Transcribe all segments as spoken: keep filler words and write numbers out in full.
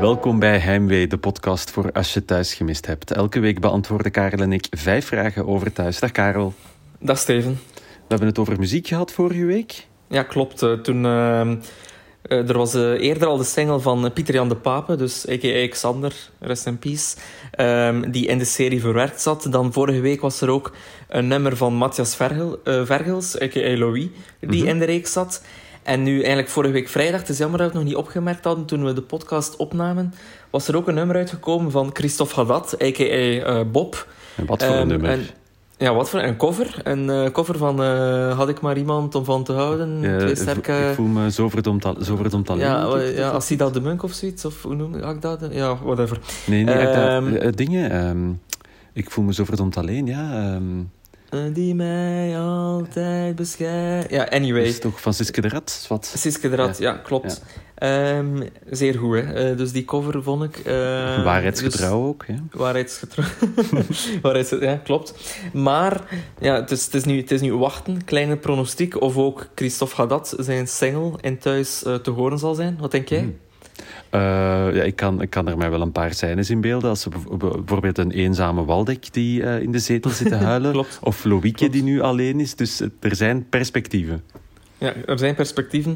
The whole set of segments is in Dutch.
Welkom bij Heimwee, de podcast voor als je thuis gemist hebt. Elke week beantwoorden Karel en ik vijf vragen over thuis. Dag Karel. Dag Steven. We hebben het over muziek gehad vorige week. Ja, klopt. Uh, toen, uh, uh, er was uh, eerder al de single van Pieter Jan de Pape, dus a k a. Xander, rest in peace, um, die in de serie verwerkt zat. Dan vorige week was er ook een nummer van Matthias Vergel, uh, Vergels, a k a. Louis, die mm-hmm. in de reeks zat. En nu eigenlijk vorige week vrijdag, het is jammer dat we het nog niet opgemerkt hadden toen we de podcast opnamen, was er ook een nummer uitgekomen van Christophe Haddad, a k a. Uh, Bob. En wat voor um, een nummer? En, ja, wat voor een cover. Een uh, cover van uh, Had ik maar iemand om van te houden. Ja, Twee sterke... Ik voel me zo verdomd, al, zo verdomd alleen. Ja, uh, ja als hij dat de Munk of zoiets, of hoe noem ik dat? Ja, whatever. Nee, nee, um, uh, uh, dingen. Um, ik voel me zo verdomd alleen, ja. Um... Die mij altijd bescheidt. Ja, anyway. Dat is toch van Siske de Rat? Wat? Siske de Rat, ja, ja klopt. Ja. Um, zeer goed, hè. Uh, dus die cover vond ik... Uh, Waarheidsgetrouw dus, ook, hè? Waarheidsgetrouw. Waarheidsgetrouw, ja, klopt. Maar, ja, het is, het, is nu, het is nu wachten. Kleine pronostiek of ook Christophe Haddad zijn single in thuis uh, te horen zal zijn. Wat denk jij? Hmm. Uh, ja, ik, kan, ik kan er mij wel een paar scènes in beelden. Als ze bijvoorbeeld een eenzame Waldek die uh, in de zetel zit te huilen. Klopt. Of Loïke Klopt. Die nu alleen is. Dus er zijn perspectieven. Ja, er zijn perspectieven.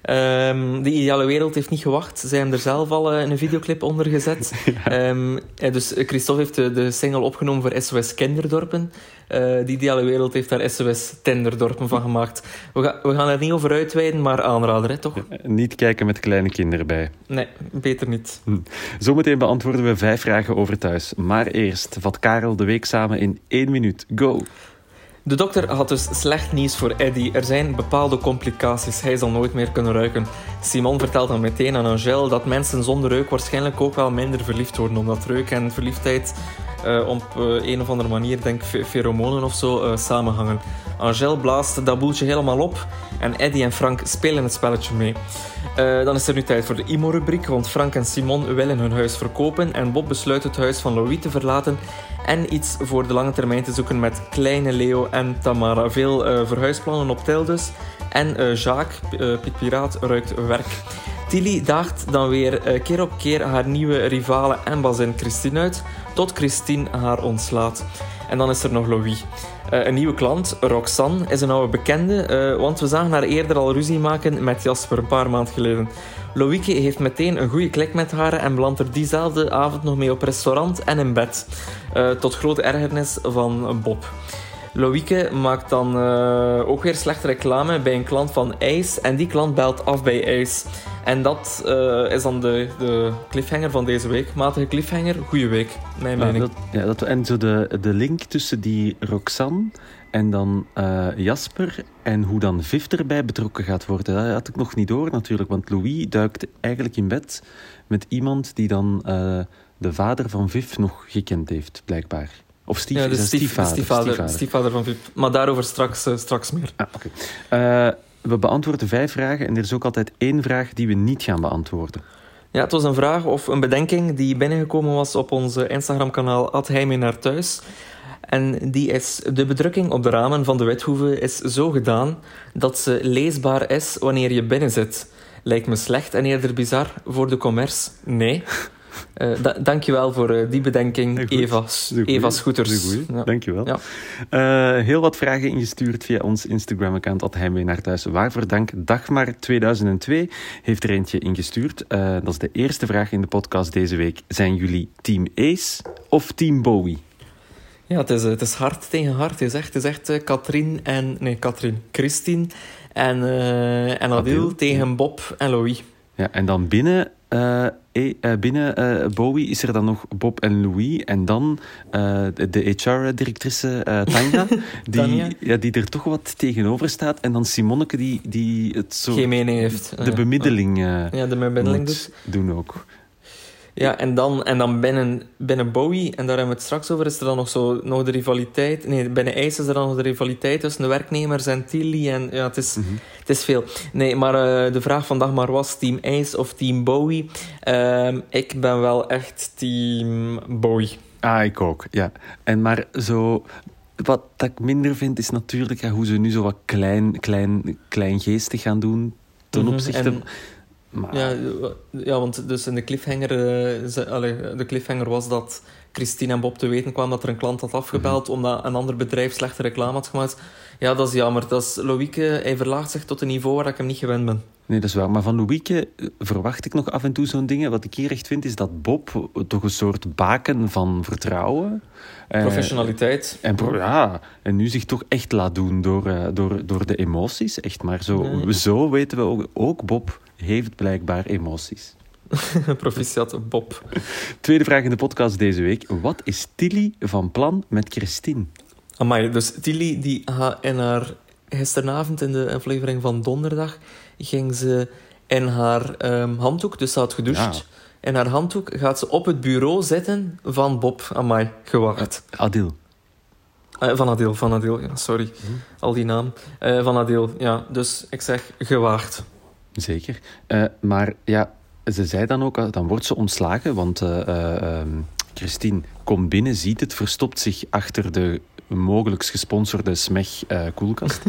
Um, de ideale wereld heeft niet gewacht. Zij hebben er zelf al uh, een videoclip onder gezet. Ja. Um, dus Christophe heeft de, de single opgenomen voor S O S Kinderdorpen. Uh, de ideale wereld heeft daar S O S Tinderdorpen van gemaakt. We, ga, we gaan er niet over uitweiden, maar aanrader, hè, toch? Ja, niet kijken met kleine kinderen bij. Nee, beter niet. Hm. Zometeen beantwoorden we vijf vragen over thuis. Maar eerst vat Karel de week samen in één minuut. Go! De dokter had dus slecht nieuws voor Eddie. Er zijn bepaalde complicaties. Hij zal nooit meer kunnen ruiken. Simon vertelt dan meteen aan Angèle dat mensen zonder reuk waarschijnlijk ook wel minder verliefd worden. Omdat reuk en verliefdheid uh, op uh, een of andere manier, denk ik, pheromonen of zo, uh, samenhangen. Angèle blaast dat boeltje helemaal op en Eddie en Frank spelen het spelletje mee. Uh, dan is er nu tijd voor de I M O-rubriek, want Frank en Simon willen hun huis verkopen en Bob besluit het huis van Louis te verlaten en iets voor de lange termijn te zoeken met kleine Leo en Tamara. Veel uh, verhuisplannen op tel dus. En uh, Jacques, uh, Piet Piraat, ruikt werk. Tilly daagt dan weer uh, keer op keer haar nieuwe rivale en bazin Christine uit, tot Christine haar ontslaat. En dan is er nog Louis. Uh, een nieuwe klant, Roxanne, is een oude bekende, uh, want we zagen haar eerder al ruzie maken met Jasper een paar maanden geleden. Loïke heeft meteen een goede klik met haar en belandt er diezelfde avond nog mee op restaurant en in bed. Uh, tot grote ergernis van Bob. Loïke maakt dan uh, ook weer slechte reclame bij een klant van IJs en die klant belt af bij IJs. En dat uh, is dan de, de cliffhanger van deze week. Matige cliffhanger, goeie week, mijn mening. Ja, dat, ja, dat, en zo de, de link tussen die Roxanne en dan uh, Jasper en hoe dan Viv erbij betrokken gaat worden, dat had ik nog niet door natuurlijk. Want Louis duikt eigenlijk in bed met iemand die dan uh, de vader van Viv nog gekend heeft, blijkbaar. Of stief, ja, de is stief, stiefvader, stiefvader, stiefvader. stiefvader van Viv. Maar daarover straks, uh, straks meer. Ah, oké. Okay. Uh, we beantwoorden vijf vragen en er is ook altijd één vraag die we niet gaan beantwoorden. Ja, het was een vraag of een bedenking die binnengekomen was op ons Instagram-kanaal at Heimwee naar thuis. En die is: de bedrukking op de ramen van de Withoeve is zo gedaan dat ze leesbaar is wanneer je binnen zit. Lijkt me slecht en eerder bizar voor de commerce. Nee. Uh, da- dankjewel voor uh, die bedenking, goed. Eva, Eva Scooters. Ja. Dankjewel. Ja. Uh, heel wat vragen ingestuurd via ons Instagram-account at Heimwee naar thuis. Waarvoor dank. Dagmar tweeduizend twee heeft er eentje ingestuurd. Uh, dat is de eerste vraag in de podcast deze week. Zijn jullie team Ace of team Bowie? Ja, het is, het is hard tegen hard. Het is echt, het is echt uh, Katrien en... Nee, Katrien. Christine en, uh, en Adil, Adil tegen Bob en Louis. Ja, en dan binnen... Uh, uh, binnen uh, Bowie is er dan nog Bob en Louis. En dan uh, de, de H R-directrice uh, Tanja, die, ja, die er toch wat tegenover staat. En dan Simonneke, die, die het zo... Geen mening heeft. De bemiddeling, uh, ja, de bemiddeling dus. doen ook. Ja, en dan, en dan binnen, binnen Bowie, en daar hebben we het straks over, is er dan nog, zo, nog de rivaliteit... Nee, binnen IJs is er dan nog de rivaliteit tussen de werknemers en Tilly. En ja, het is, mm-hmm. het is veel. Nee, maar uh, de vraag vandaag maar was team IJs of team Bowie. Uh, ik ben wel echt team Bowie. Ah, ik ook, ja. En maar zo... Wat ik minder vind, is natuurlijk ja, hoe ze nu zo wat klein, klein, kleingeestig gaan doen ten opzichte... Mm-hmm. En... Maar... Ja, ja, want dus in de cliffhanger, uh, ze, allee, de cliffhanger was dat Christine en Bob te weten kwam dat er een klant had afgebeld mm-hmm. omdat een ander bedrijf slechte reclame had gemaakt. Ja, dat is jammer. Dat is Loïke, hij verlaagt zich tot een niveau waar ik hem niet gewend ben. Nee, dat is waar. Maar van Loïke verwacht ik nog af en toe zo'n dingen. Wat ik hier echt vind, is dat Bob toch een soort baken van vertrouwen... Professionaliteit. En, en, ja, en nu zich toch echt laat doen door, uh, door, door de emoties. Echt maar zo, nee. Zo weten we ook, ook, Bob heeft blijkbaar emoties. Proficiat, Bob. Tweede vraag in de podcast deze week. Wat is Tilly van plan met Christine? Amai, dus Tilly die gaat in haar... Gisteravond in de aflevering van donderdag ging ze in haar um, handdoek, dus ze had gedoucht. Ja. In haar handdoek gaat ze op het bureau zitten van Bob. Amai, gewacht. Uh, Adil. Uh, van Adil, van Adil, ja, sorry. Hmm. Al die naam. Uh, van Adil, ja. Dus ik zeg gewaagd. Zeker. Uh, maar ja, ze zei dan ook, dan wordt ze ontslagen, want uh, uh, um, Christine komt binnen, ziet het, verstopt zich achter de mogelijk gesponsorde Smeg uh, koelkast.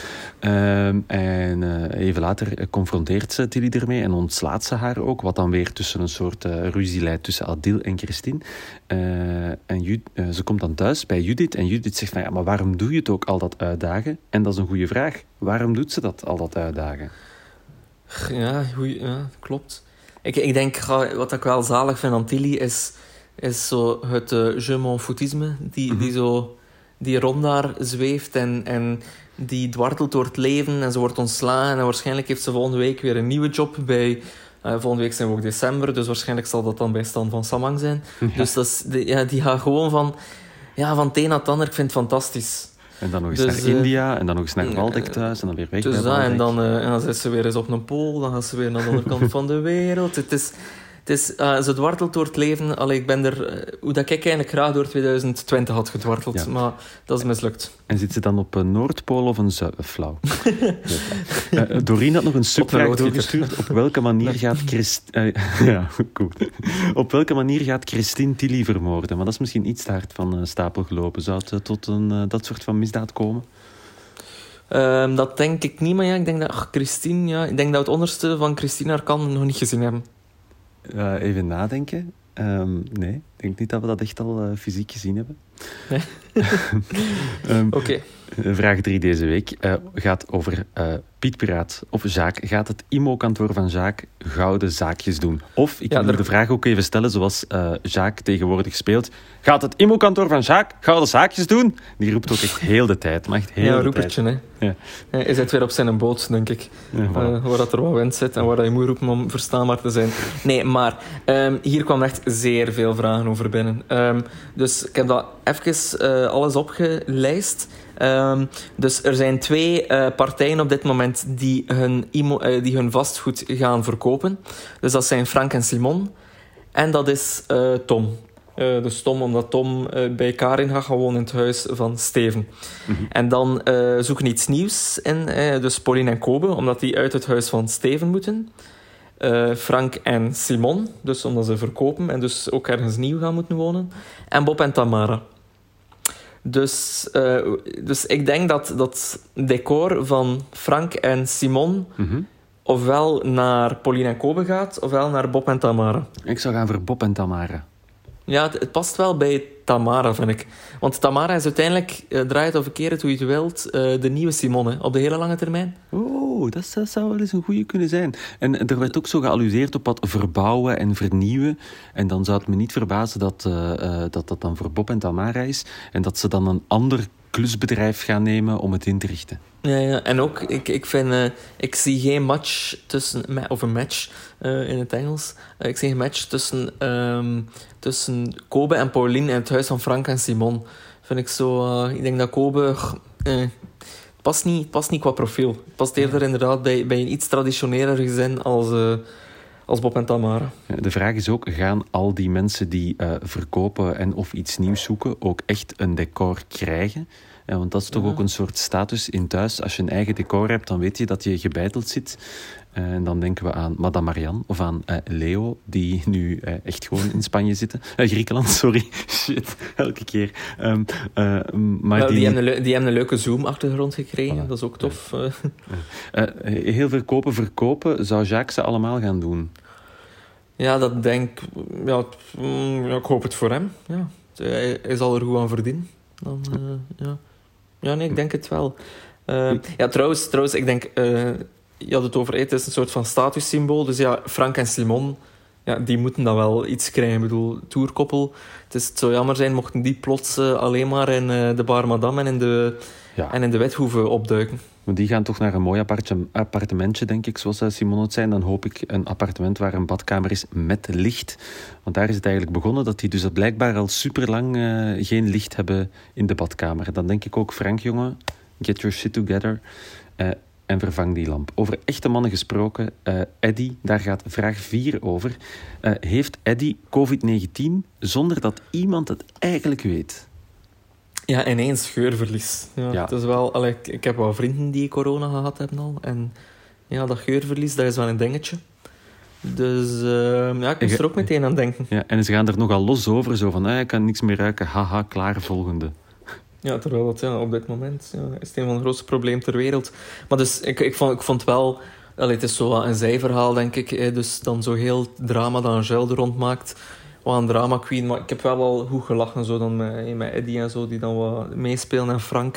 um, en uh, even later confronteert ze Tilly ermee en ontslaat ze haar ook, wat dan weer tussen een soort uh, ruzie leidt tussen Adil en Christine. Uh, en Ju- uh, ze komt dan thuis bij Judith en Judith zegt van ja, maar waarom doe je het ook al dat uitdagen? En dat is een goede vraag. Waarom doet ze dat, al dat uitdagen? Ja, goeie, ja klopt. Ik, ik denk, wat ik wel zalig vind aan Tilly is, is zo het uh, je m'en foutisme, die, mm-hmm. die zo... die rond daar zweeft en, en die dwartelt door het leven en ze wordt ontslagen. En waarschijnlijk heeft ze volgende week weer een nieuwe job bij... Uh, volgende week zijn we ook december, dus waarschijnlijk zal dat dan bij Stan van Samang zijn. Ja. Dus dat is, die, ja, die gaat gewoon van, ja, van het een naar het ander. Ik vind het fantastisch. En dan nog eens dus, naar uh, India, en dan nog eens naar Waldeck thuis, en dan weer weg dus bij dat, Waldeck. En dan, uh, en dan zit ze weer eens op een pool, dan gaat ze weer naar de andere kant van de wereld. Het is... Het is, uh, ze dwartelt door het leven. Allee, ik ben er, uh, hoe dat ik eigenlijk graag door twintig twintig had gedwarteld. Ja. Maar dat is mislukt. En zit ze dan op een Noordpool of een Zuid-Flauw? uh, Doreen had nog een subvraag doorgestuurd. Op welke manier gaat Christ... Uh, ja, goed. Op welke manier gaat Christine Tilly vermoorden? Maar dat is misschien iets te hard van uh, stapel gelopen. Zou het uh, tot een, uh, dat soort van misdaad komen? Uh, dat denk ik niet, maar ja, ik denk dat... Ach, Christine, ja. Ik denk dat we het onderste van Christine haar kan nog niet gezien hebben. Uh, even nadenken. Um, nee, ik denk niet dat we dat echt al uh, fysiek gezien hebben. Nee. um, Oké. Okay. Vraag drie deze week uh, gaat over uh, Piet Piraat of Jacques. Gaat het I M O-kantoor van Jacques gouden zaakjes doen? Of, ik ja, wil er... de vraag ook even stellen zoals uh, Jacques tegenwoordig speelt. Gaat het I M O-kantoor van Jacques gouden zaakjes doen? Die roept ook echt heel de tijd. Maar echt heel ja, de roepertje, tijd. Hè. Ja. Hij zit weer op zijn boot, denk ik. Ja, voilà. uh, waar dat er wat wind zit en waar je moet roepen om verstaanbaar te zijn. Nee, maar um, hier kwamen echt zeer veel vragen over binnen. Um, dus ik heb dat even uh, alles opgelijst. Um, dus er zijn twee uh, partijen op dit moment die hun, imo- uh, die hun vastgoed gaan verkopen. Dus dat zijn Frank en Simon. En dat is uh, Tom. Uh, dus Tom, omdat Tom uh, bij Karin gaat gewoon in het huis van Steven. Mm-hmm. En dan uh, zoeken iets nieuws in. Uh, dus Pauline en Kobe, omdat die uit het huis van Steven moeten. Uh, Frank en Simon, dus omdat ze verkopen en dus ook ergens nieuw gaan moeten wonen. En Bob en Tamara. Dus, uh, dus ik denk dat dat decor van Frank en Simon mm-hmm. ofwel naar Pauline en Kobe gaat, ofwel naar Bob en Tamara. Ik zou gaan voor Bob en Tamara. Ja, het, het past wel bij Tamara, vind ik. Want Tamara is uiteindelijk, uh, draai het of verkeer het hoe je het wilt, uh, de nieuwe Simon, hè, op de hele lange termijn. Oh, dat, dat zou wel eens een goeie kunnen zijn. En er werd ook zo gealludeerd op wat verbouwen en vernieuwen. En dan zou het me niet verbazen dat, uh, uh, dat dat dan voor Bob en Tamara is. En dat ze dan een ander klusbedrijf gaan nemen om het in te richten. Ja, ja. En ook, ik, ik vind... Uh, ik zie geen match tussen... Of een match uh, in het Engels. Uh, ik zie geen match tussen, um, tussen Kobe en Pauline in het huis van Frank en Simon. Vind ik zo... Uh, ik denk dat Kobe... Uh, past niet, past niet qua profiel. Het past eerder inderdaad bij, bij een iets traditioneler gezin als... Uh, Als Bob en Tamara. De vraag is ook, gaan al die mensen die uh, verkopen en of iets nieuws zoeken ook echt een decor krijgen? Ja, want dat is toch Ja. ook een soort status in thuis. Als je een eigen decor hebt, dan weet je dat je gebeiteld zit. Uh, en dan denken we aan Madame Marianne of aan uh, Leo, die nu uh, echt gewoon in Spanje zitten. Uh, Griekenland, sorry. Shit, elke keer. Um, uh, maar ja, die... die, hebben een, die hebben een leuke Zoom-achtergrond gekregen, Voilà. dat is ook tof. Ja. Uh, heel veel kopen, verkopen, zou Jacques ze allemaal gaan doen? Ja, dat denk ja, ja, ik hoop het voor hem. Ja. Hij, hij zal er goed aan verdienen. Dan, uh, ja. ja, nee, ik denk het wel. Uh, ja, trouwens, trouwens, ik denk... Uh, je had het over, het is een soort van statussymbool. Dus ja, Frank en Simon, ja, die moeten dan wel iets krijgen. Ik bedoel, tourkoppel. Het, is, het zou jammer zijn mochten die plots uh, alleen maar in uh, de Bar Madame en in de, ja. en in de Wethoeve opduiken. Want die gaan toch naar een mooi appartementje, denk ik, zoals Simon het zei. Dan hoop ik een appartement waar een badkamer is met licht. Want daar is het eigenlijk begonnen, dat die dus blijkbaar al superlang uh, geen licht hebben in de badkamer. Dan denk ik ook, Frank, jongen, get your shit together. Uh, En vervang die lamp. Over echte mannen gesproken, uh, Eddy, daar gaat vraag vier over. Uh, heeft Eddy covid negentien zonder dat iemand het eigenlijk weet? Ja, ineens geurverlies. Ja, ja. Het is wel, allee, ik, ik heb wel vrienden die corona gehad hebben al. En ja, dat geurverlies, dat is wel een dingetje. Dus uh, ja, ik moest er ook meteen aan denken. Ja, en ze gaan er nogal los over. Zo van, ah, ik kan niks meer ruiken. Haha, klaar, volgende. Ja, terwijl dat ja, op dit moment ja, is het een van de grootste problemen ter wereld. Maar dus, ik, ik, vond, ik vond wel... Allee, het is zo een zijverhaal, denk ik. Hè, dus dan zo heel drama dat Angèle er rond maakt. Wat een drama queen. Maar ik heb wel wel goed gelachen zo dan met, met Eddy en zo, die dan wat meespelen. En Frank.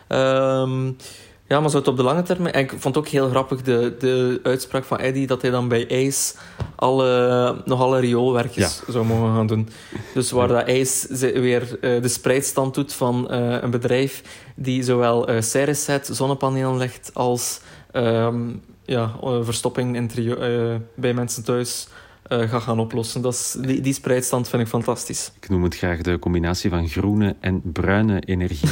Um, ja, maar zo het op de lange termijn... En ik vond het ook heel grappig, de, de uitspraak van Eddy, dat hij dan bij IJs alle, nog alle rioolwerkjes ja. zou mogen gaan doen. Dus waar dat IJs weer uh, de spreidstand doet van uh, een bedrijf die zowel uh, Ceres-set, zonnepanelen legt, als um, ja, uh, verstopping interieur, uh, bij mensen thuis uh, gaat gaan oplossen. Dat is, die, die spreidstand vind ik fantastisch. Ik noem het graag de combinatie van groene en bruine energie.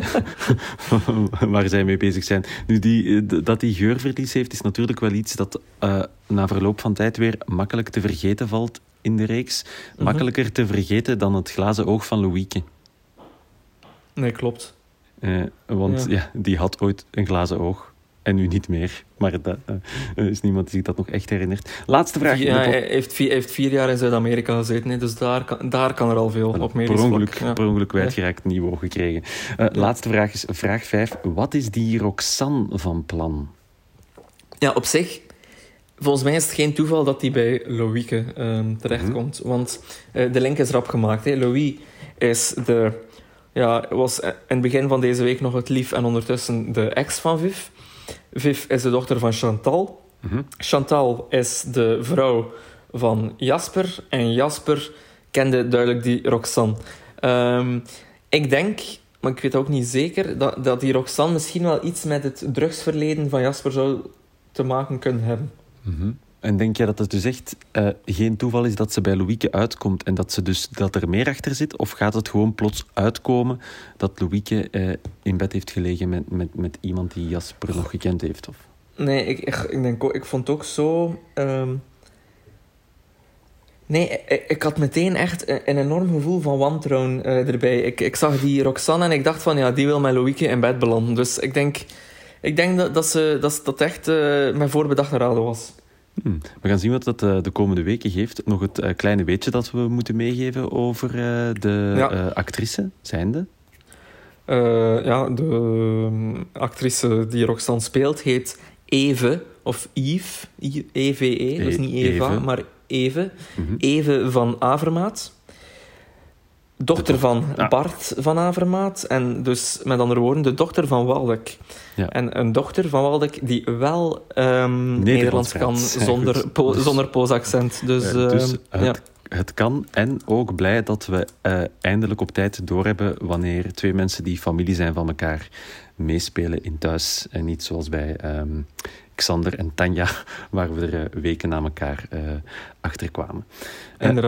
Waar zij mee bezig zijn. Nu, die, dat die geurverlies heeft, is natuurlijk wel iets dat uh, na verloop van tijd weer makkelijk te vergeten valt in de reeks. Mm-hmm. Makkelijker te vergeten dan het glazen oog van Louieke. Nee, klopt. Uh, want ja. ja, die had ooit een glazen oog. En nu niet meer. Maar dat uh, is niemand die zich dat nog echt herinnert. Laatste vraag. Ja, hij heeft vier, heeft vier jaar in Zuid-Amerika gezeten. Hè, dus daar kan, daar kan er al veel voilà, op medisch per ongeluk, vlak. Ja. Per ongeluk kwijtgeraakt, ja. Nieuw oog gekregen. Uh, ja. Laatste vraag is vraag vijf. Wat is die Roxanne van plan? Ja, op zich... Volgens mij is het geen toeval dat die bij Louieke um, terechtkomt. Mm-hmm. Want uh, de link is rap gemaakt. Hè. Louis is de... Ja, was in het begin van deze week nog het lief en ondertussen de ex van Viv. Viv is de dochter van Chantal. Mm-hmm. Chantal is de vrouw van Jasper. En Jasper kende duidelijk die Roxanne. Um, ik denk, maar ik weet ook niet zeker, dat, dat die Roxanne misschien wel iets met het drugsverleden van Jasper zou te maken kunnen hebben. Mm-hmm. En denk jij dat het dus echt uh, geen toeval is dat ze bij Louieke uitkomt en dat, ze dus, dat er meer achter zit? Of gaat het gewoon plots uitkomen dat Louieke uh, in bed heeft gelegen met, met, met iemand die Jasper nog gekend heeft? Of? Nee, ik, ik, ik, denk ook, ik vond het ook zo... Um... Nee, ik, ik had meteen echt een, een enorm gevoel van wantrouwen uh, erbij. Ik, ik zag die Roxanne en ik dacht van, ja, die wil met Louieke in bed belanden. Dus ik denk, ik denk dat, dat, ze, dat dat echt uh, mijn voorbedachte raden was. Hmm. We gaan zien wat dat uh, de komende weken geeft. Nog het uh, kleine weetje dat we moeten meegeven over uh, de ja. uh, actrice, zijnde? Uh, ja, de uh, actrice die Roxanne speelt heet Eve, of Yves, E V E, dus niet Eva, Eve. maar Eve. Mm-hmm. Eve van Avermaat. Dochter do- van ah. Bart van Avermaat. En dus, met andere woorden, de dochter van Waldek. Ja. En een dochter van Waldek die wel um, Nederlands kan zonder, po- dus, zonder poosaccent. Dus, uh, dus het, ja. het kan. En ook blij dat we uh, eindelijk op tijd doorhebben wanneer twee mensen die familie zijn van elkaar meespelen in Thuis. En niet zoals bij um, Xander en Tanja, waar we er uh, weken na elkaar uh, achter kwamen. Uh, Inderdaad.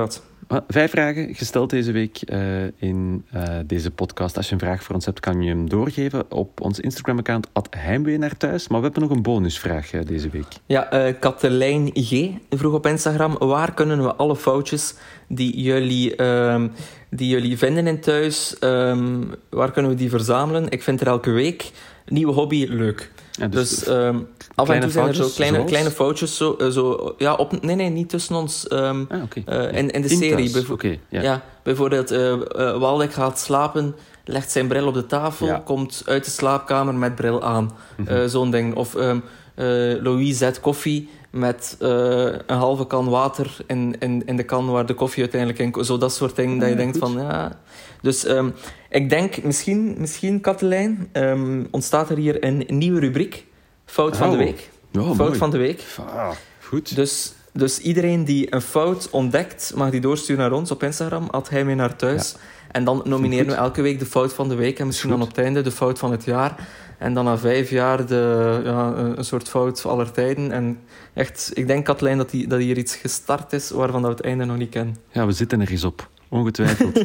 Vijf vragen gesteld deze week uh, in uh, deze podcast. Als je een vraag voor ons hebt, kan je hem doorgeven op ons Instagram-account at heimwee naar thuis. Maar we hebben nog een bonusvraag uh, deze week. Ja, uh, Katelijn G. vroeg op Instagram: waar kunnen we alle foutjes die jullie, uh, die jullie vinden in thuis, um, waar kunnen we die verzamelen? Ik vind er elke week nieuwe hobby leuk. Ja, dus dus um, af en toe zijn er zo kleine, kleine foutjes. Zo, uh, zo, ja, op, nee, nee, niet tussen ons. Um, ah, okay. uh, in, in de in serie. Bevo- okay, yeah. ja, bijvoorbeeld, uh, uh, Waldek gaat slapen, legt zijn bril op de tafel, ja. komt uit de slaapkamer met bril aan. Mm-hmm. Uh, zo'n ding. Of um, uh, Louis zet koffie met uh, een halve kan water in, in, in de kan waar de koffie uiteindelijk in komt. Zo dat soort dingen, ah, dat je ja, denkt goed. van... ja. Dus um, ik denk, misschien, misschien Katelijn, um, ontstaat er hier een nieuwe rubriek. Fout van oh. de week. Oh, fout mooi. van de week. Ah, goed. Dus, dus iedereen die een fout ontdekt, mag die doorsturen naar ons op Instagram, at heimwee naar thuis. Ja. En dan nomineren we elke week de fout van de week. En misschien dan op het einde de fout van het jaar. En dan na vijf jaar de, ja, een soort fout aller tijden. En echt, ik denk, Katelijn, dat, die, dat hier iets gestart is waarvan dat we het einde nog niet kennen. Ja, we zitten er eens op. Ongetwijfeld.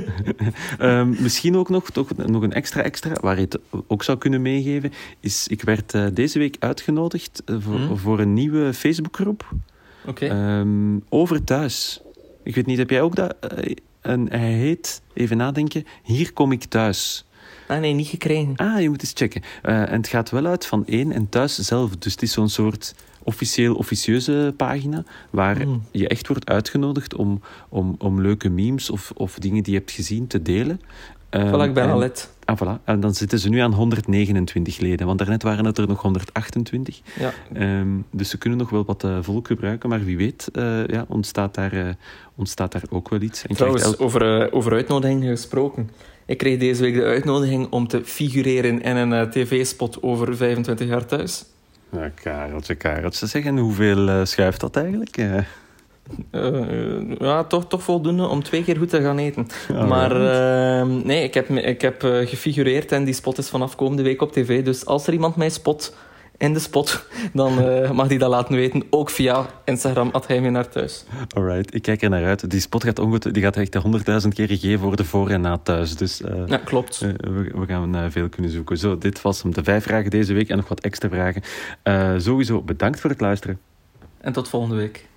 um, misschien ook nog, toch, nog een extra extra, waar je het ook zou kunnen meegeven, is, ik werd uh, deze week uitgenodigd uh, voor, mm. voor een nieuwe Facebookgroep. Oké. Okay. Um, over thuis. Ik weet niet, heb jij ook dat? Uh, en hij heet, even nadenken, Hier kom ik thuis. Ah nee, niet gekregen. Ah, je moet eens checken. Uh, en het gaat wel uit van één en thuis zelf. Dus het is zo'n soort officieel, officieuze pagina waar mm. je echt wordt uitgenodigd om, om, om leuke memes of, of dingen die je hebt gezien te delen. Um, voilà, ik ben en, al lid. Ah, voilà. En dan zitten ze nu aan honderdnegenentwintig leden, want daarnet waren het er nog honderdachtentwintig. Ja. Um, dus ze kunnen nog wel wat uh, volk gebruiken, maar wie weet uh, ja, ontstaat, daar, uh, ontstaat daar ook wel iets. En Trouwens, el- over, uh, over uitnodigingen gesproken. Ik kreeg deze week de uitnodiging om te figureren in een uh, tv-spot over vijfentwintig jaar thuis. Ja, Kareltje, Kareltje. Zeg, en hoeveel uh, schuift dat eigenlijk? Uh... Uh, ja, toch, toch voldoende om twee keer goed te gaan eten. Oh, maar uh, nee, ik heb, ik heb uh, gefigureerd en die spot is vanaf komende week op tv. Dus als er iemand mij spot in de spot, dan uh, mag die dat laten weten. Ook via Instagram, at heimwee naar thuis. Alright, ik kijk er naar uit. Die spot gaat, onget- die gaat echt honderdduizend keer gegeven worden voor en na thuis. Dus, uh, ja, klopt. Uh, we, we gaan uh, veel kunnen zoeken. Zo, dit was hem. De vijf vragen deze week en nog wat extra vragen. Uh, sowieso bedankt voor het luisteren. En tot volgende week.